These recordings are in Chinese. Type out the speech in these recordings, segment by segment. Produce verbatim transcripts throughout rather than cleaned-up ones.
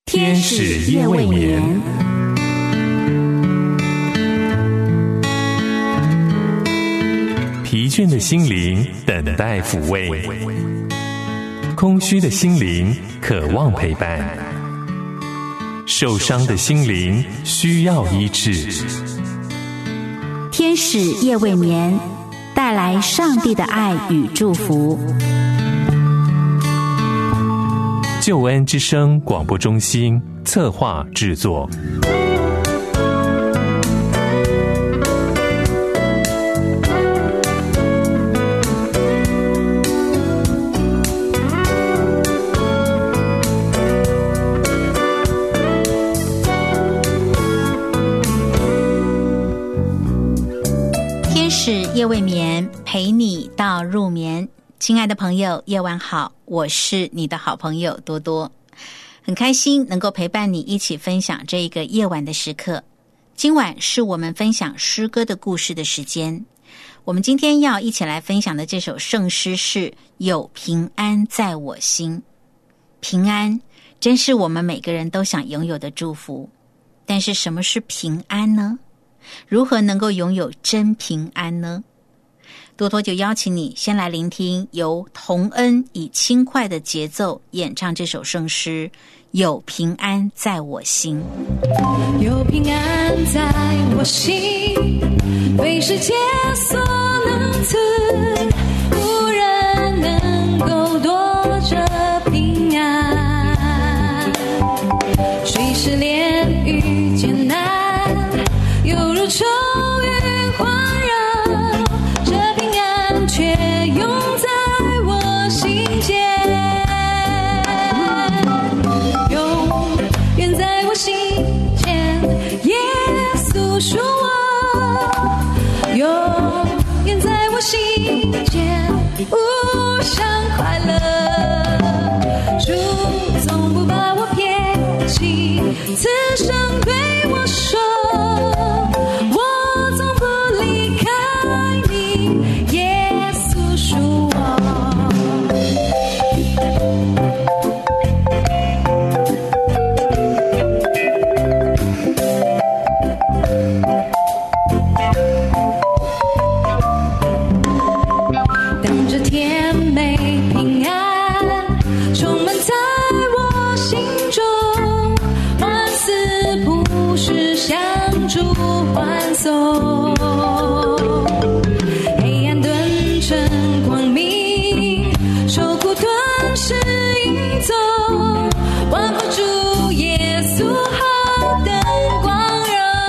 天使夜未眠，疲倦的心灵等待抚慰，空虚的心灵渴望陪伴，受伤的心灵需要医治。 天使夜未眠，带来上帝的爱与祝福。 救恩之声广播中心策划制作。 天使夜未眠，陪你到入眠。亲爱的朋友，夜晚好，我是你的好朋友多多，很开心能够陪伴你一起分享这一个夜晚的时刻。今晚是我们分享诗歌的故事的时间。我们今天要一起来分享的这首圣诗是有平安在我心。平安真是我们每个人都想拥有的祝福，但是什么是平安呢？如何能够拥有真平安呢？多多就邀请你先来聆听由童恩以轻快的节奏演唱这首圣诗，有平安在我心。 有平安在我心，非世界所能赐，无人能够夺这平安。虽是炼狱艰难，犹如愁云环绕，这平安却永在我心间，永远在我心间。耶稣属我，永远在我心间，无上快乐。主总不把我撇弃，此生对我说，我总不离开你，耶稣属我。当这甜美平安充满在我心中，万死普世相助欢送，黑暗顿成光明，受苦顿时隐踪，万福主耶稣何等光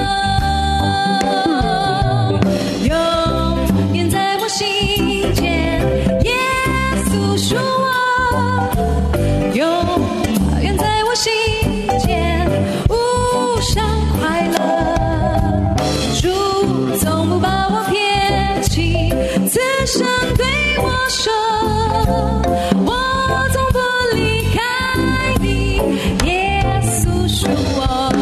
荣，永远在我心间，耶稣属我，永远在我心间，无上快乐。主总不把我撇弃，此生对我说，我总不离开你，耶稣属我。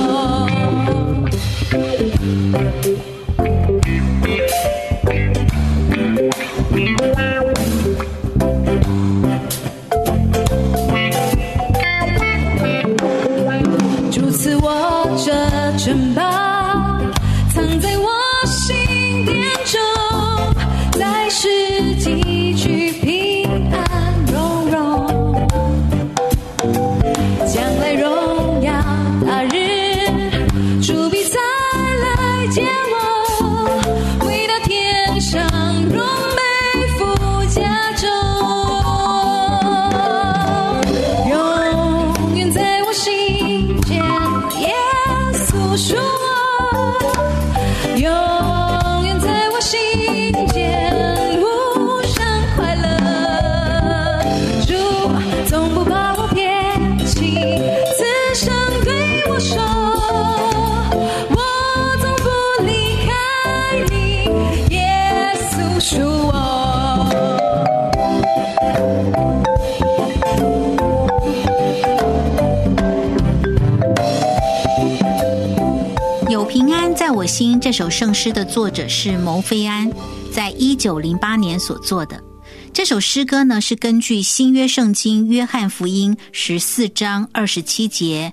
主赐我这珍宝，藏在我心殿中，在世积聚平安荣荣，将来荣耀大日，主必再来接我，回到天上荣美福家中，永远在我心间，耶稣属我，永远在我心间，无上快乐。主总不把我撇弃，此生对我说，我总不离开你，耶稣属我。 有平安在我心这首圣诗的作者是牟菲安，在一九零八年所作的。这首诗歌呢，是根据新约圣经约翰福音十四章二十七节，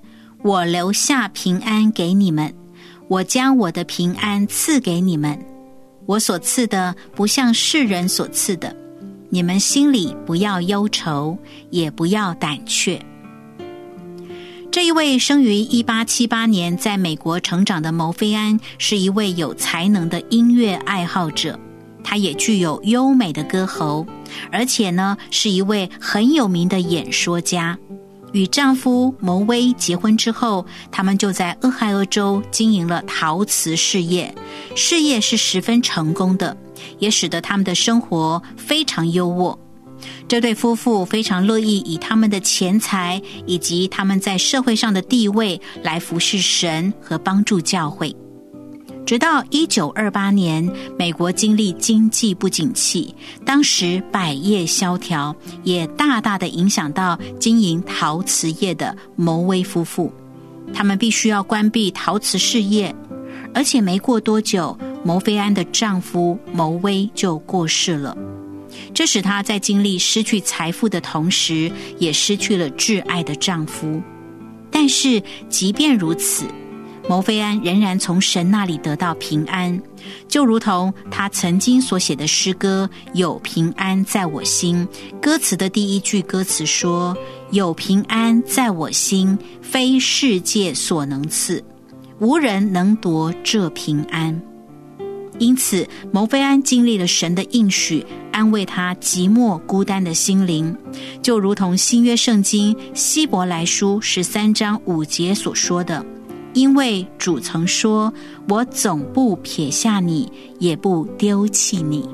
我留下平安给你们，我将我的平安赐给你们，我所赐的不像世人所赐的，你们心里不要忧愁，也不要胆怯。这一位生于一八七八年在美国成长的牟菲安，是一位有才能的音乐爱好者，他也具有优美的歌喉，而且呢是一位很有名的演说家。与丈夫牟威结婚之后，他们就在俄亥俄州经营了陶瓷事业，事业是十分成功的，也使得他们的生活非常优渥。这对夫妇非常乐意以他们的钱财以及他们在社会上的地位来服侍神和帮助教会。直到一九二八年，美国经历经济不景气，当时百业萧条，也大大的影响到经营陶瓷业的牟威夫妇。他们必须要关闭陶瓷事业，而且没过多久，牟菲安的丈夫牟威就过世了。这使她在经历失去财富的同时，也失去了挚爱的丈夫。但是即便如此，牟菲安仍然从神那里得到平安，就如同他曾经所写的诗歌有平安在我心，歌词的第一句歌词说，有平安在我心，非世界所能赐，无人能夺这平安。因此牟菲安经历了神的应许，安慰他寂寞孤单的心灵，就如同新约圣经希伯来书十三章五节所说的，因为主曾说，我总不撇下你，也不丢弃你。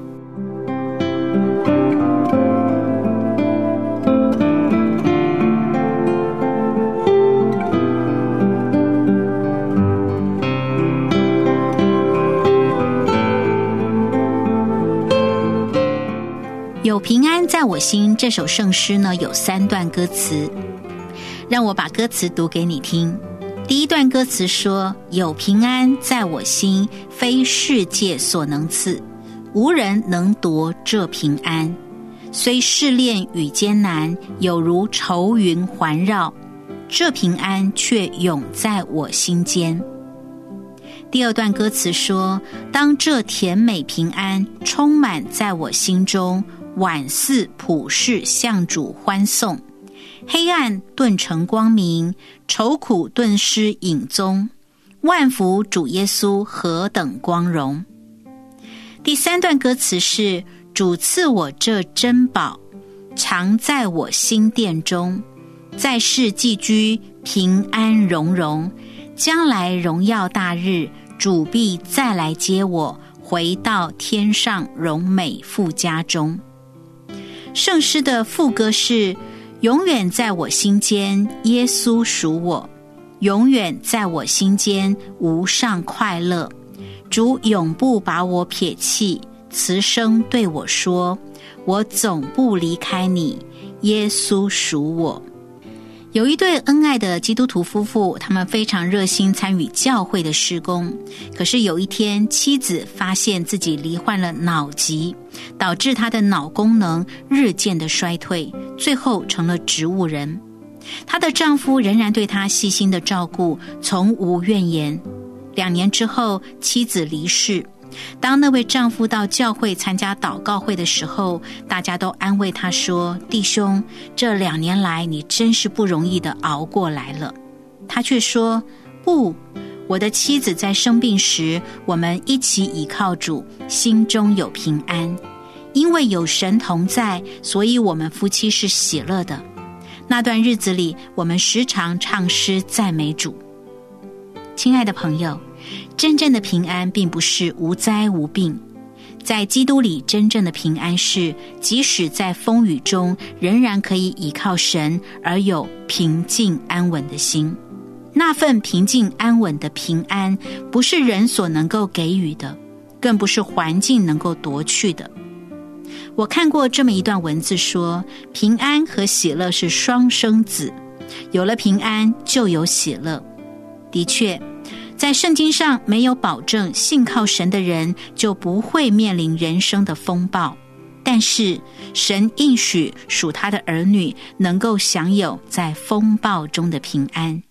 有平安在我心这首圣诗呢，有三段歌词，让我把歌词读给你听。第一段歌词说，有平安在我心，非世界所能赐，无人能夺这平安，虽试炼与艰难，有如愁云环绕，这平安却永在我心间。第二段歌词说，当这甜美平安充满在我心中，晚似普世向主欢颂，黑暗顿成光明，愁苦顿失影踪，万福主耶稣何等光荣。第三段歌词是，主赐我这珍宝，常在我心殿中，在世寄居平安荣荣，将来荣耀大日，主必再来接我，回到天上荣美父家中。圣诗的副歌是，永远在我心间，耶稣属我，永远在我心间，无上快乐。主永不把我撇弃，慈声对我说，我总不离开你，耶稣属我。有一对恩爱的基督徒夫妇，他们非常热心参与教会的事工，可是有一天，妻子发现自己罹患了脑疾，导致她的脑功能日渐的衰退，最后成了植物人。她的丈夫仍然对她细心的照顾，从无怨言。两年之后，妻子离世。当那位丈夫到教会参加祷告会的时候，大家都安慰他说，弟兄，这两年来你真是不容易的熬过来了。他却说，不，我的妻子在生病时，我们一起倚靠主，心中有平安，因为有神同在，所以我们夫妻是喜乐的。那段日子里，我们时常唱诗赞美主。亲爱的朋友，真正的平安并不是无灾无病，在基督里真正的平安是，即使在风雨中，仍然可以倚靠神，而有平静安稳的心。那份平静安稳的平安，不是人所能够给予的，更不是环境能够夺去的。我看过这么一段文字说，平安和喜乐是双生子，有了平安就有喜乐。的确，在圣经上没有保证信靠神的人就不会面临人生的风暴，但是神应许属他的儿女能够享有在风暴中的平安。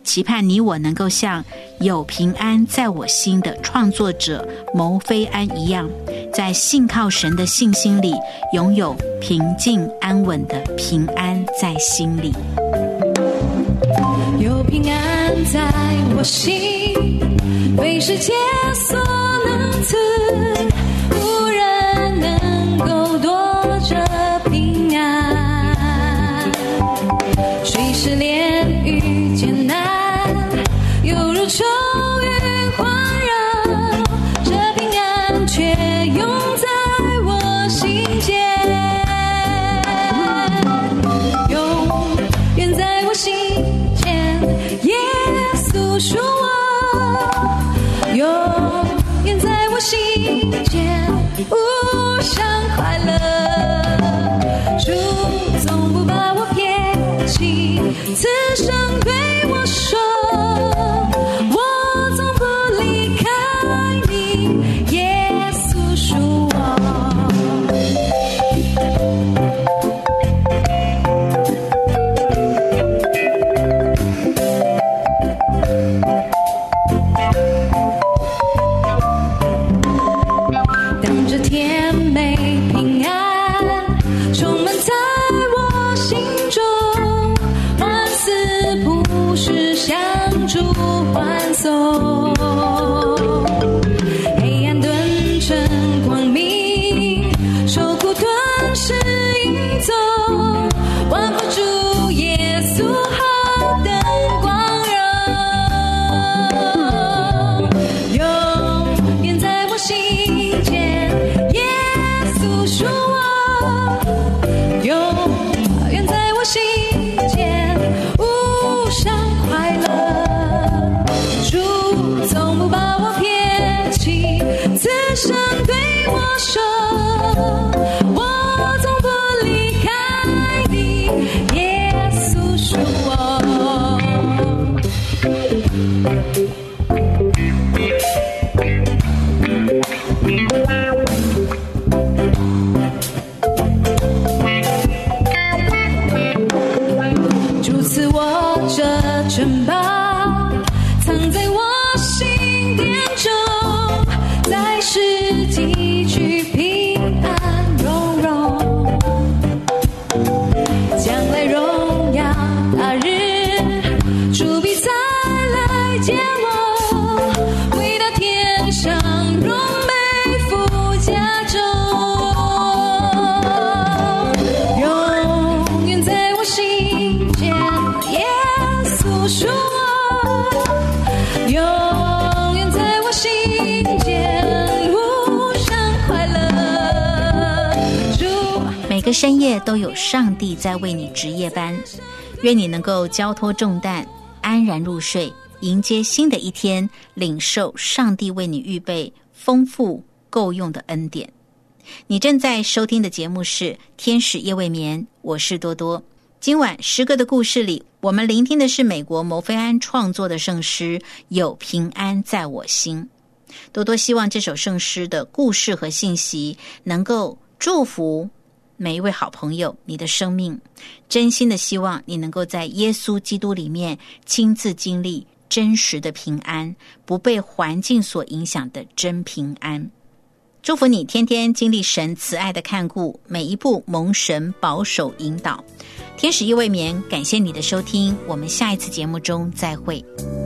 期盼你我能够像有平安在我心的创作者牟菲安一样，在信靠神的信心里，拥有平静安稳的平安在心里。 有平安在我心，非世界所能赐，无人能够夺这平安。虽是连遇艰难，犹如愁云环绕，这平安却永在我心间，永远在我心间。耶稣属我，永远在我心间，无上快乐。主从不把我撇弃，此生对我说，我从不离开你，耶稣属我。当这甜美平安充满在我心中，万死不是相助欢送，黑暗顿成光明，受苦顿时隐踪，万福主耶稣何等光荣，永远在我心间，耶稣属我，永远在我心间，无上快乐。主从不把我撇弃，此生对我说，我从不离开你，耶稣属我。主赐我这珍宝，藏在我心殿中，在世极具平安荣荣，将来荣耀大日，主必再来接我，回到天上荣美福家中，永远在我心间，耶稣属我，永远在我心间，无上快乐。主每个深夜都有上帝在为你值夜班，愿你能够交托重担，安然入睡，迎接新的一天，领受上帝为你预备丰富够用的恩典。你正在收听的节目是天使夜未眠，我是多多。今晚诗歌的故事里，我们聆听的是美国牟菲安创作的圣诗《有平安在我心》。多多希望这首圣诗的故事和信息能够祝福每一位好朋友你的生命，真心的希望你能够在耶稣基督里面亲自经历真实的平安，不被环境所影响的真平安。祝福你天天经历神慈爱的看顾，每一步蒙神保守引导。天使夜未眠，感谢你的收听，我们下一次节目中再会。